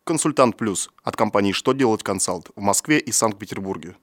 Консультант Плюс от компании «Что делать консалт» в Москве и Санкт-Петербурге.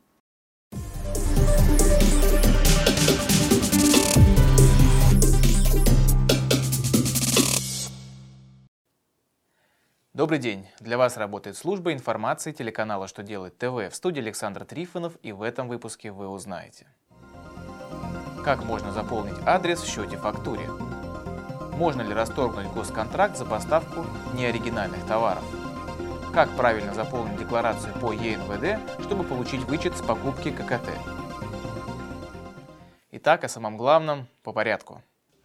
Добрый день! Для вас работает служба информации телеканала «Что делать ТВ». В студии Александр Трифонов, и в этом выпуске вы узнаете: как можно заполнить адрес в счете-фактуре? Можно ли расторгнуть госконтракт за поставку неоригинальных товаров? Как правильно заполнить декларацию по ЕНВД, чтобы получить вычет с покупки ККТ? Итак, о самом главном по порядку.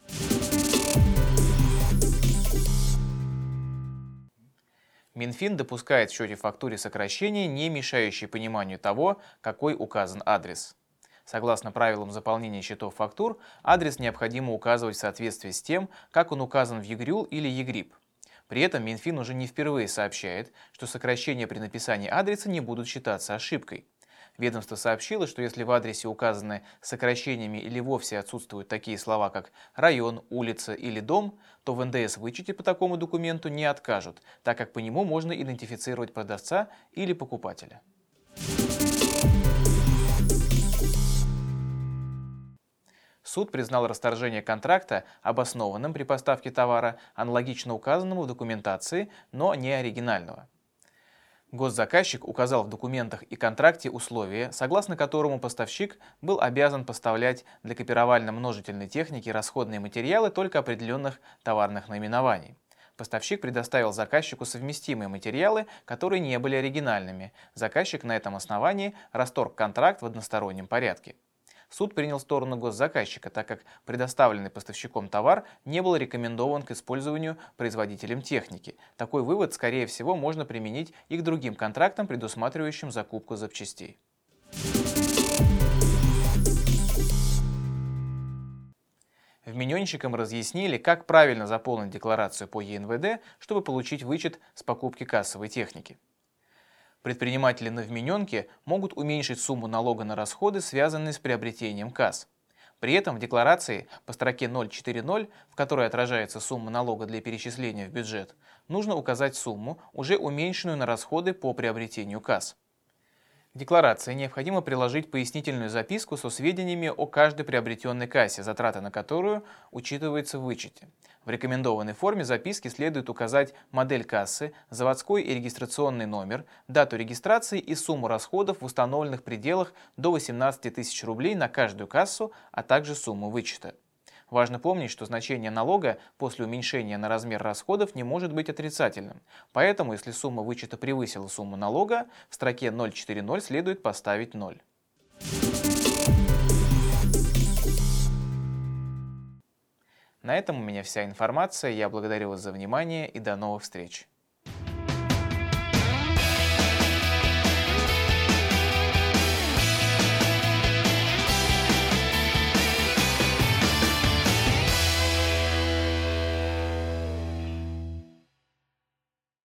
Минфин допускает в счете-фактуре сокращения, не мешающие пониманию того, какой указан адрес. Согласно правилам заполнения счетов-фактур, адрес необходимо указывать в соответствии с тем, как он указан в ЕГРЮЛ или ЕГРИП. При этом Минфин уже не впервые сообщает, что сокращения при написании адреса не будут считаться ошибкой. Ведомство сообщило, что если в адресе указаны сокращениями или вовсе отсутствуют такие слова, как район, улица или дом, то в НДС вычете по такому документу не откажут, так как по нему можно идентифицировать продавца или покупателя. Суд признал расторжение контракта обоснованным при поставке товара, аналогично указанному в документации, но не оригинального. Госзаказчик указал в документах и контракте условия, согласно которому поставщик был обязан поставлять для копировально-множительной техники расходные материалы только определенных товарных наименований. Поставщик предоставил заказчику совместимые материалы, которые не были оригинальными. Заказчик на этом основании расторг контракт в одностороннем порядке. Суд принял сторону госзаказчика, так как предоставленный поставщиком товар не был рекомендован к использованию производителем техники. Такой вывод, скорее всего, можно применить и к другим контрактам, предусматривающим закупку запчастей. Вмененщикам разъяснили, как правильно заполнить декларацию по ЕНВД, чтобы получить вычет с покупки кассовой техники. Предприниматели на вмененке могут уменьшить сумму налога на расходы, связанные с приобретением касс. При этом в декларации по строке 040, в которой отражается сумма налога для перечисления в бюджет, нужно указать сумму, уже уменьшенную на расходы по приобретению касс. К декларации необходимо приложить пояснительную записку со сведениями о каждой приобретенной кассе, затраты на которую учитываются в вычете. В рекомендованной форме записки следует указать модель кассы, заводской и регистрационный номер, дату регистрации и сумму расходов в установленных пределах до 18 тысяч рублей на каждую кассу, а также сумму вычета. Важно помнить, что значение налога после уменьшения на размер расходов не может быть отрицательным. Поэтому, если сумма вычета превысила сумму налога, в строке 040 следует поставить 0. На этом у меня вся информация. Я благодарю вас за внимание и до новых встреч.